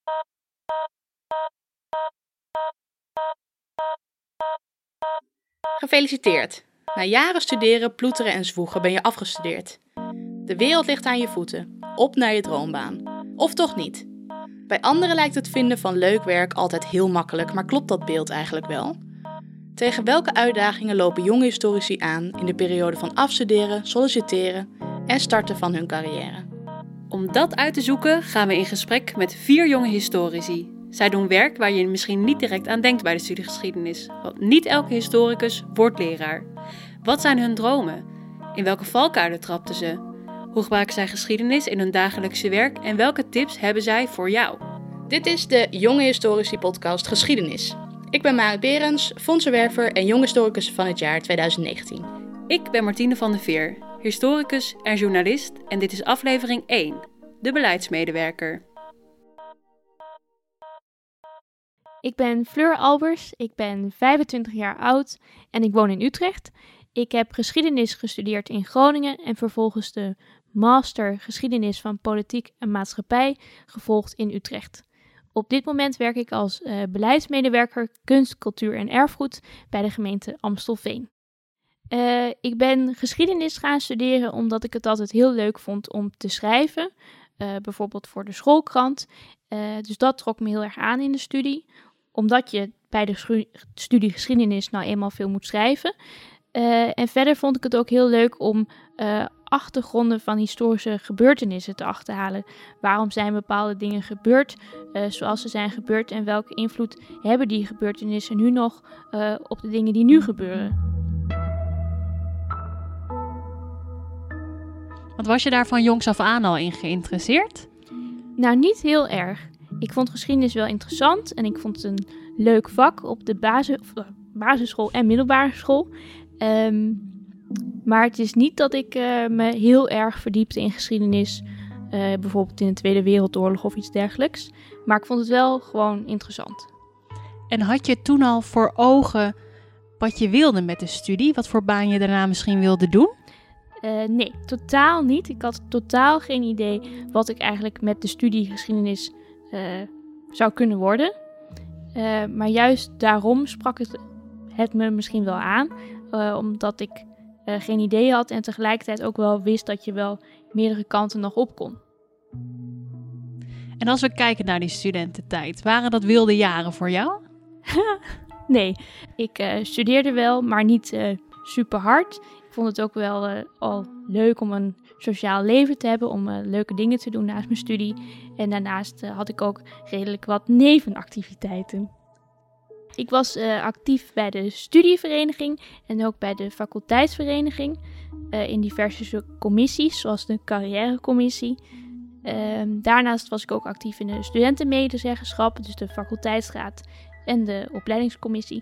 Gefeliciteerd! Na jaren studeren, ploeteren en zwoegen ben je afgestudeerd. De wereld ligt aan je voeten. Op naar je droombaan. Of toch niet? Bij anderen lijkt het vinden van leuk werk altijd heel makkelijk, maar klopt dat beeld eigenlijk wel? Tegen welke uitdagingen lopen jonge historici aan in de periode van afstuderen, solliciteren en starten van hun carrière? Om dat uit te zoeken gaan we in gesprek met 4 jonge historici. Zij doen werk waar je misschien niet direct aan denkt bij de studie geschiedenis. Want niet elke historicus wordt leraar. Wat zijn hun dromen? In welke valkuilen trapten ze? Hoe gebruiken zij geschiedenis in hun dagelijkse werk en welke tips hebben zij voor jou? Dit is de Jonge Historici podcast Geschiedenis. Ik ben Marit Berends, fondsenwerver en jong historicus van het jaar 2019. Ik ben Martine van der Veer, historicus en journalist en dit is aflevering 1, de beleidsmedewerker. Ik ben Fleur Albers, ik ben 25 jaar oud en ik woon in Utrecht. Ik heb geschiedenis gestudeerd in Groningen en vervolgens de master geschiedenis van politiek en maatschappij gevolgd in Utrecht. Op dit moment werk ik als beleidsmedewerker kunst, cultuur en erfgoed bij de gemeente Amstelveen. Ik ben geschiedenis gaan studeren omdat ik het altijd heel leuk vond om te schrijven. Bijvoorbeeld voor de schoolkrant. Dus dat trok me heel erg aan in de studie. Omdat je bij de studie geschiedenis nou eenmaal veel moet schrijven. En verder vond ik het ook heel leuk om achtergronden van historische gebeurtenissen te achterhalen. Waarom zijn bepaalde dingen gebeurd zoals ze zijn gebeurd en welke invloed hebben die gebeurtenissen nu nog op de dingen die nu gebeuren. Want was je daar van jongs af aan al in geïnteresseerd? Nou, niet heel erg. Ik vond geschiedenis wel interessant en ik vond het een leuk vak op de basisschool en middelbare school. Maar het is niet dat ik me heel erg verdiepte in geschiedenis, bijvoorbeeld in de Tweede Wereldoorlog of iets dergelijks. Maar ik vond het wel gewoon interessant. En had je toen al voor ogen wat je wilde met de studie? Wat voor baan je daarna misschien wilde doen? Nee, totaal niet. Ik had totaal geen idee wat ik eigenlijk met de studie geschiedenis zou kunnen worden. Maar juist daarom sprak het me misschien wel aan. Omdat ik geen idee had en tegelijkertijd ook wel wist dat je wel meerdere kanten nog op kon. En als we kijken naar die studententijd, waren dat wilde jaren voor jou? Nee, ik studeerde wel, maar niet super hard. Ik vond het ook wel al leuk om een sociaal leven te hebben, om leuke dingen te doen naast mijn studie. En daarnaast had ik ook redelijk wat nevenactiviteiten. Ik was actief bij de studievereniging en ook bij de faculteitsvereniging. In diverse commissies, zoals de carrièrecommissie. Daarnaast was ik ook actief in de studentenmedezeggenschap, dus de faculteitsraad en de opleidingscommissie.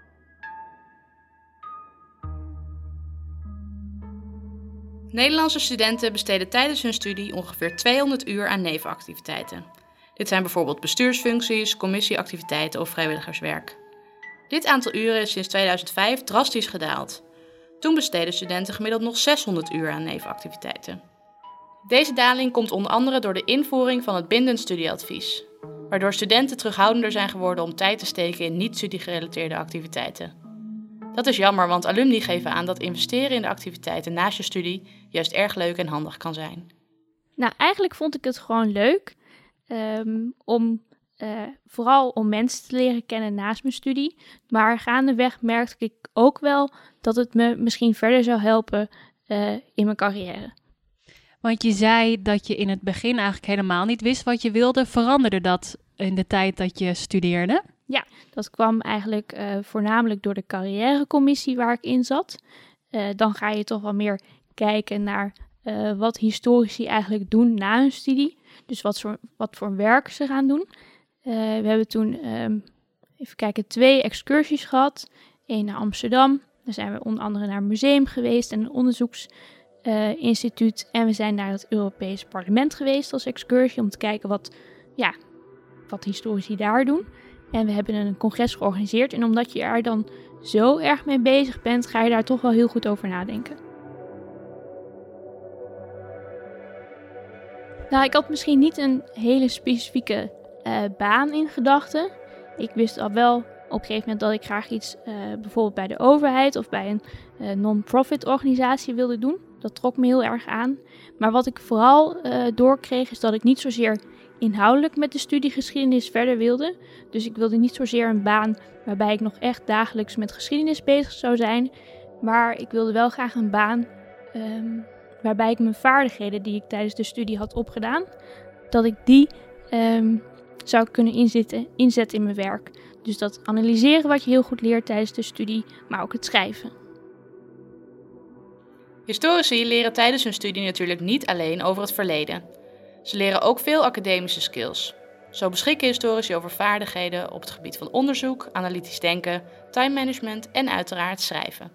Nederlandse studenten besteden tijdens hun studie ongeveer 200 uur aan nevenactiviteiten. Dit zijn bijvoorbeeld bestuursfuncties, commissieactiviteiten of vrijwilligerswerk. Dit aantal uren is sinds 2005 drastisch gedaald. Toen besteden studenten gemiddeld nog 600 uur aan nevenactiviteiten. Deze daling komt onder andere door de invoering van het bindend studieadvies, waardoor studenten terughoudender zijn geworden om tijd te steken in niet-studiegerelateerde activiteiten. Dat is jammer, want alumni geven aan dat investeren in de activiteiten naast je studie juist erg leuk en handig kan zijn. Nou, eigenlijk vond ik het gewoon leuk vooral om mensen te leren kennen naast mijn studie. Maar gaandeweg merkte ik ook wel dat het me misschien verder zou helpen in mijn carrière. Want je zei dat je in het begin eigenlijk helemaal niet wist wat je wilde. Veranderde dat in de tijd dat je studeerde? Ja, dat kwam eigenlijk voornamelijk door de carrièrecommissie waar ik in zat. Dan ga je toch wel meer kijken naar wat historici eigenlijk doen na hun studie. Dus wat voor werk ze gaan doen. We hebben toen, 2 excursies gehad. 1 naar Amsterdam. Daar zijn we onder andere naar een museum geweest en een onderzoeksinstituut. En we zijn naar het Europees Parlement geweest als excursie om te kijken wat historici daar doen. En we hebben een congres georganiseerd. En omdat je er dan zo erg mee bezig bent, ga je daar toch wel heel goed over nadenken. Nou, ik had misschien niet een hele specifieke baan in gedachten. Ik wist al wel op een gegeven moment dat ik graag iets bijvoorbeeld bij de overheid of bij een non-profit organisatie wilde doen. Dat trok me heel erg aan. Maar wat ik vooral doorkreeg is dat ik niet zozeer inhoudelijk met de studie geschiedenis verder wilde. Dus ik wilde niet zozeer een baan waarbij ik nog echt dagelijks met geschiedenis bezig zou zijn. Maar ik wilde wel graag een baan waarbij ik mijn vaardigheden die ik tijdens de studie had opgedaan, dat ik die zou kunnen inzetten in mijn werk. Dus dat analyseren wat je heel goed leert tijdens de studie, maar ook het schrijven. Historici leren tijdens hun studie natuurlijk niet alleen over het verleden. Ze leren ook veel academische skills. Zo beschikken historici over vaardigheden op het gebied van onderzoek, analytisch denken, time management en uiteraard schrijven.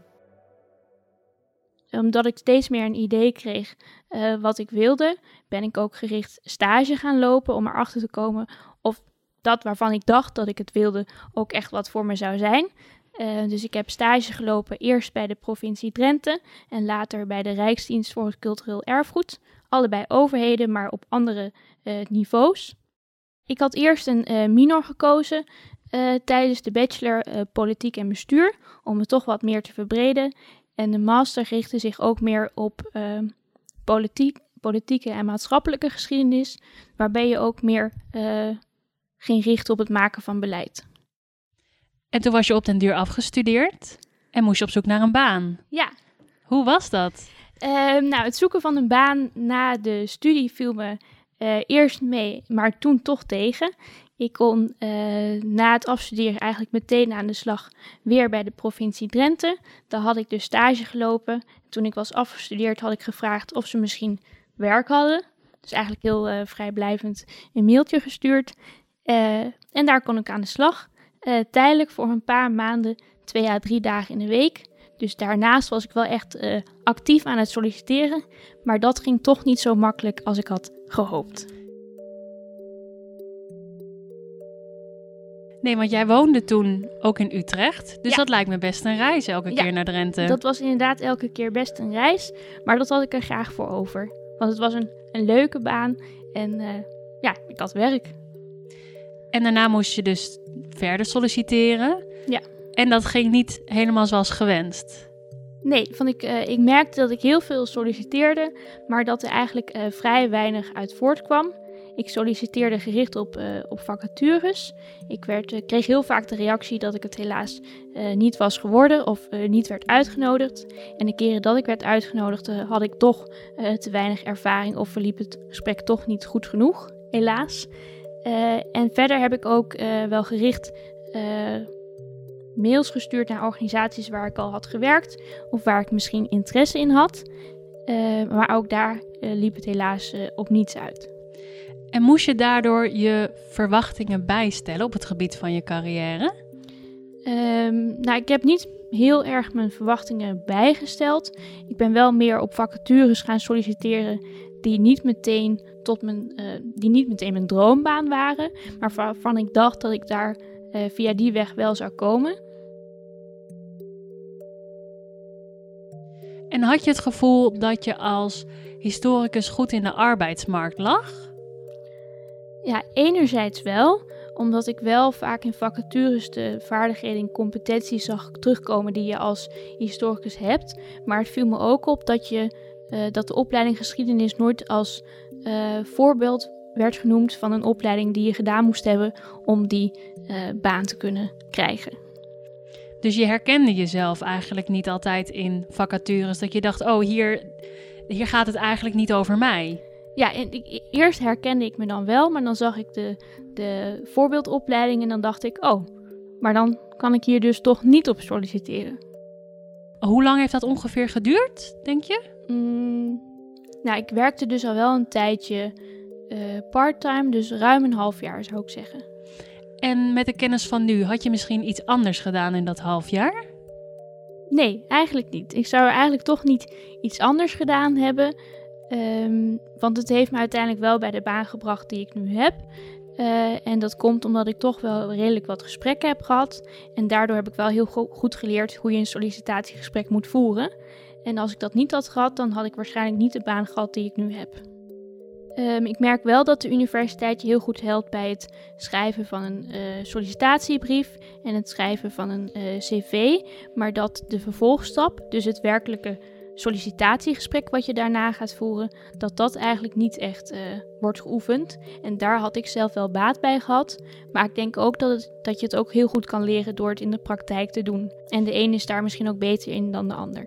Omdat ik steeds meer een idee kreeg wat ik wilde, ben ik ook gericht stage gaan lopen om erachter te komen of dat waarvan ik dacht dat ik het wilde ook echt wat voor me zou zijn. Dus ik heb stage gelopen eerst bij de provincie Drenthe en later bij de Rijksdienst voor het Cultureel Erfgoed. Allebei overheden, maar op andere niveaus. Ik had eerst een minor gekozen tijdens de bachelor politiek en bestuur om het toch wat meer te verbreden. En de master richtte zich ook meer op politieke en maatschappelijke geschiedenis, waarbij je ook meer ging richten op het maken van beleid. En toen was je op den duur afgestudeerd en moest je op zoek naar een baan. Ja. Hoe was dat? Het zoeken van een baan na de studie viel me eerst mee, maar toen toch tegen. Ik kon na het afstuderen eigenlijk meteen aan de slag weer bij de provincie Drenthe. Daar had ik dus stage gelopen. Toen ik was afgestudeerd had ik gevraagd of ze misschien werk hadden. Dus eigenlijk heel vrijblijvend een mailtje gestuurd. En daar kon ik aan de slag. Tijdelijk voor een paar maanden, 2 à 3 dagen in de week. Dus daarnaast was ik wel echt actief aan het solliciteren. Maar dat ging toch niet zo makkelijk als ik had gehoopt. Nee, want jij woonde toen ook in Utrecht. Dus Ja. Dat lijkt me best een reis elke keer naar Drenthe. Dat was inderdaad elke keer best een reis. Maar dat had ik er graag voor over. Want het was een leuke baan. En ik had werk. En daarna moest je dus verder solliciteren. Ja. En dat ging niet helemaal zoals gewenst. Nee, ik merkte dat ik heel veel solliciteerde, maar dat er eigenlijk vrij weinig uit voortkwam. Ik solliciteerde gericht op vacatures. Ik kreeg heel vaak de reactie dat ik het helaas niet was geworden of niet werd uitgenodigd. En de keren dat ik werd uitgenodigd had ik toch te weinig ervaring of verliep het gesprek toch niet goed genoeg, helaas. En verder heb ik ook wel gericht mails gestuurd naar organisaties waar ik al had gewerkt of waar ik misschien interesse in had. Maar ook daar liep het helaas op niets uit. En moest je daardoor je verwachtingen bijstellen op het gebied van je carrière? Ik heb niet heel erg mijn verwachtingen bijgesteld. Ik ben wel meer op vacatures gaan solliciteren die niet meteen mijn droombaan waren, maar waarvan ik dacht dat ik daar via die weg wel zou komen. En had je het gevoel dat je als historicus goed in de arbeidsmarkt lag? Ja, enerzijds wel, omdat ik wel vaak in vacatures de vaardigheden en competenties zag terugkomen die je als historicus hebt. Maar het viel me ook op dat de opleiding geschiedenis nooit als voorbeeld werd genoemd van een opleiding die je gedaan moest hebben om die baan te kunnen krijgen. Dus je herkende jezelf eigenlijk niet altijd in vacatures, dat je dacht, oh, hier gaat het eigenlijk niet over mij. Ja, eerst herkende ik me dan wel, maar dan zag ik de voorbeeldopleiding en dan dacht ik, oh, maar dan kan ik hier dus toch niet op solliciteren. Hoe lang heeft dat ongeveer geduurd, denk je? Ik werkte dus al wel een tijdje part-time, dus ruim een half jaar zou ik zeggen. En met de kennis van nu, had je misschien iets anders gedaan in dat half jaar? Nee, eigenlijk niet. Ik zou eigenlijk toch niet iets anders gedaan hebben. Want het heeft me uiteindelijk wel bij de baan gebracht die ik nu heb. En dat komt omdat ik toch wel redelijk wat gesprekken heb gehad. En daardoor heb ik wel heel goed geleerd hoe je een sollicitatiegesprek moet voeren. En als ik dat niet had gehad, dan had ik waarschijnlijk niet de baan gehad die ik nu heb. Ik merk wel dat de universiteit je heel goed helpt bij het schrijven van een sollicitatiebrief en het schrijven van een cv. Maar dat de vervolgstap, dus het werkelijke sollicitatiegesprek wat je daarna gaat voeren, dat eigenlijk niet echt wordt geoefend. En daar had ik zelf wel baat bij gehad. Maar ik denk ook dat je het ook heel goed kan leren door het in de praktijk te doen. En de een is daar misschien ook beter in dan de ander.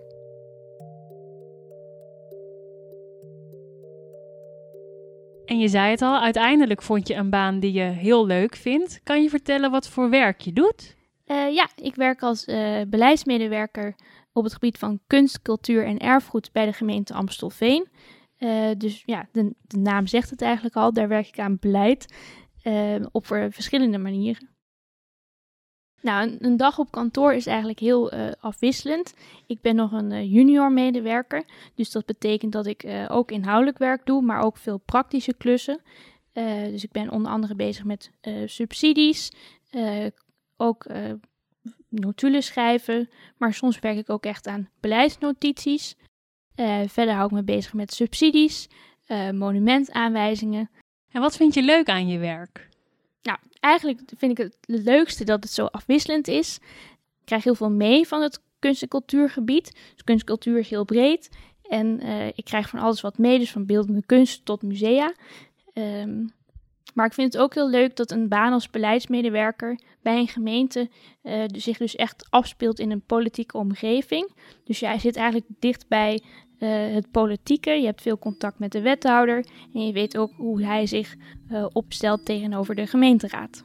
En je zei het al, uiteindelijk vond je een baan die je heel leuk vindt. Kan je vertellen wat voor werk je doet? Ja, ik werk als beleidsmedewerker op het gebied van kunst, cultuur en erfgoed bij de gemeente Amstelveen. Dus ja, de naam zegt het eigenlijk al, daar werk ik aan beleid op verschillende manieren. Nou, een dag op kantoor is eigenlijk heel afwisselend. Ik ben nog een junior medewerker, dus dat betekent dat ik ook inhoudelijk werk doe, maar ook veel praktische klussen. Dus ik ben onder andere bezig met subsidies, ook notulen schrijven, maar soms werk ik ook echt aan beleidsnotities. Verder hou ik me bezig met subsidies, monumentaanwijzingen. En wat vind je leuk aan je werk? Nou, eigenlijk vind ik het leukste dat het zo afwisselend is. Ik krijg heel veel mee van het kunst- en cultuurgebied. Dus kunst en cultuur is heel breed. En ik krijg van alles wat mee, dus van beeldende kunst tot musea. Maar ik vind het ook heel leuk dat een baan als beleidsmedewerker bij een gemeente zich dus echt afspeelt in een politieke omgeving. Dus jij zit eigenlijk dicht bij het politieke. Je hebt veel contact met de wethouder en je weet ook hoe hij zich opstelt tegenover de gemeenteraad.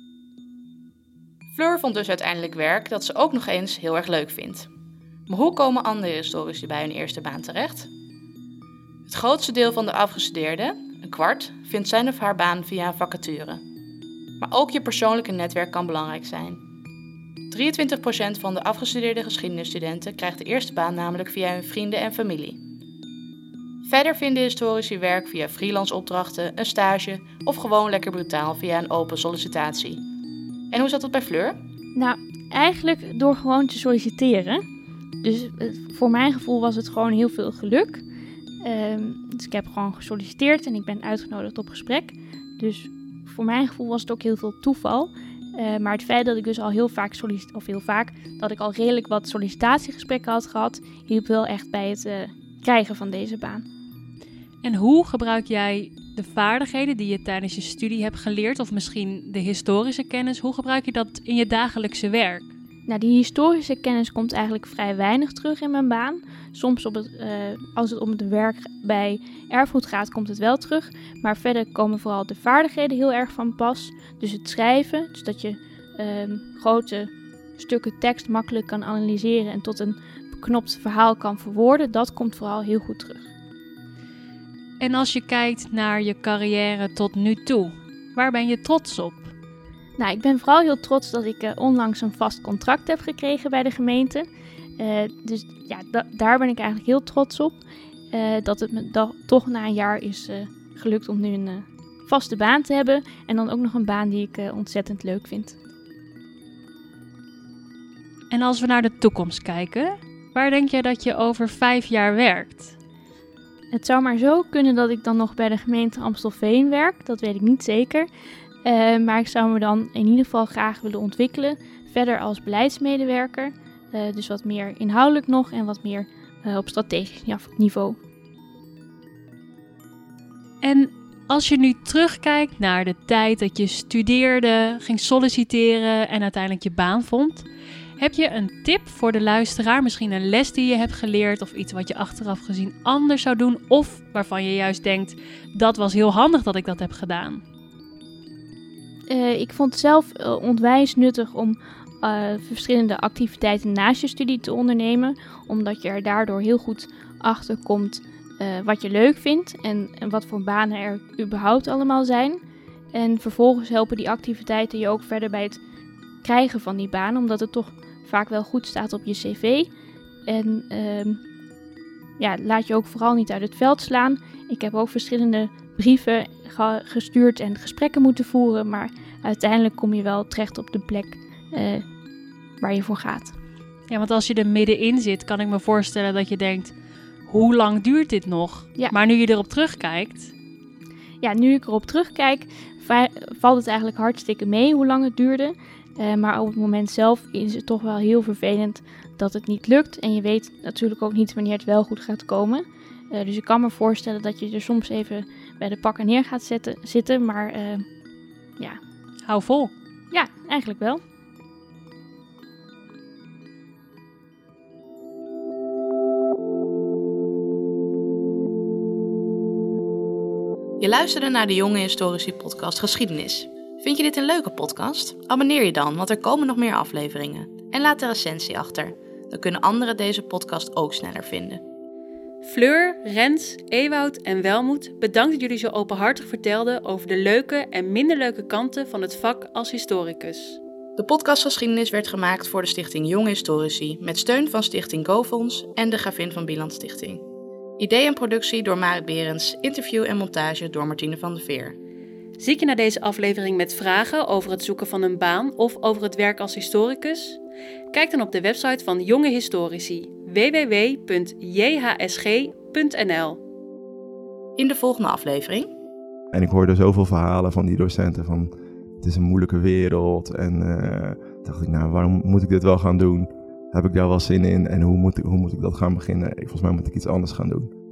Fleur vond dus uiteindelijk werk dat ze ook nog eens heel erg leuk vindt. Maar hoe komen andere historici bij hun eerste baan terecht? Het grootste deel van de afgestudeerden, een kwart, vindt zijn of haar baan via een vacature. Maar ook je persoonlijke netwerk kan belangrijk zijn. 23% van de afgestudeerde geschiedenisstudenten krijgt de eerste baan namelijk via hun vrienden en familie. Verder vinden historici werk via freelance opdrachten, een stage of gewoon lekker brutaal via een open sollicitatie. En hoe zat dat bij Fleur? Nou, eigenlijk door gewoon te solliciteren. Dus voor mijn gevoel was het gewoon heel veel geluk. Dus ik heb gewoon gesolliciteerd en ik ben uitgenodigd op gesprek. Dus voor mijn gevoel was het ook heel veel toeval. Maar het feit dat ik dus al dat ik al redelijk wat sollicitatiegesprekken had gehad, hielp wel echt bij het krijgen van deze baan. En hoe gebruik jij de vaardigheden die je tijdens je studie hebt geleerd, of misschien de historische kennis, hoe gebruik je dat in je dagelijkse werk? Nou, die historische kennis komt eigenlijk vrij weinig terug in mijn baan. Soms als het om het werk bij erfgoed gaat, komt het wel terug. Maar verder komen vooral de vaardigheden heel erg van pas. Dus het schrijven, dus dat je grote stukken tekst makkelijk kan analyseren en tot een beknopt verhaal kan verwoorden, dat komt vooral heel goed terug. En als je kijkt naar je carrière tot nu toe, waar ben je trots op? Nou, ik ben vooral heel trots dat ik onlangs een vast contract heb gekregen bij de gemeente. Dus ja, daar ben ik eigenlijk heel trots op. Dat het me toch na een jaar is gelukt om nu een vaste baan te hebben. En dan ook nog een baan die ik ontzettend leuk vind. En als we naar de toekomst kijken, waar denk jij dat je over 5 jaar werkt? Het zou maar zo kunnen dat ik dan nog bij de gemeente Amstelveen werk. Dat weet ik niet zeker. Maar ik zou me dan in ieder geval graag willen ontwikkelen. Verder als beleidsmedewerker. Dus wat meer inhoudelijk nog en wat meer op strategisch niveau. En als je nu terugkijkt naar de tijd dat je studeerde, ging solliciteren en uiteindelijk je baan vond, heb je een tip voor de luisteraar? Misschien een les die je hebt geleerd of iets wat je achteraf gezien anders zou doen, of waarvan je juist denkt, dat was heel handig dat ik dat heb gedaan? Ik vond het zelf onwijs nuttig om verschillende activiteiten naast je studie te ondernemen. Omdat je er daardoor heel goed achter komt wat je leuk vindt en wat voor banen er überhaupt allemaal zijn. En vervolgens helpen die activiteiten je ook verder bij het krijgen van die baan. Omdat het toch vaak wel goed staat op je cv. En laat je ook vooral niet uit het veld slaan. Ik heb ook verschillende brieven gestuurd en gesprekken moeten voeren. Maar uiteindelijk kom je wel terecht op de plek waar je voor gaat. Ja, want als je er middenin zit, kan ik me voorstellen dat je denkt, hoe lang duurt dit nog? Ja. Maar nu je erop terugkijkt. Ja, nu ik erop terugkijk, valt het eigenlijk hartstikke mee hoe lang het duurde. Maar op het moment zelf is het toch wel heel vervelend dat het niet lukt. En je weet natuurlijk ook niet wanneer het wel goed gaat komen. Dus ik kan me voorstellen dat je er soms even bij de pakken neer gaat zitten. Maar ja. Hou vol. Ja, eigenlijk wel. Je luisterde naar de Jonge Historici podcast Geschiedenis. Vind je dit een leuke podcast? Abonneer je dan, want er komen nog meer afleveringen. En laat de recensie achter. Dan kunnen anderen deze podcast ook sneller vinden. Fleur, Rens, Ewout en Welmoed, bedankt dat jullie zo openhartig vertelden over de leuke en minder leuke kanten van het vak als historicus. De podcast Geschiedenis werd gemaakt voor de stichting Jonge Historici met steun van stichting GoFonds en de Gravin van Bieland Stichting. Idee en productie door Marit Berends, interview en montage door Martine van der Veer. Zit je naar deze aflevering met vragen over het zoeken van een baan of over het werk als historicus? Kijk dan op de website van Jonge Historici, www.jhsg.nl. In de volgende aflevering. En ik hoorde zoveel verhalen van die docenten van het is een moeilijke wereld. En dacht ik, nou, waarom moet ik dit wel gaan doen? Heb ik daar wel zin in? En hoe moet ik dat gaan beginnen? Volgens mij moet ik iets anders gaan doen.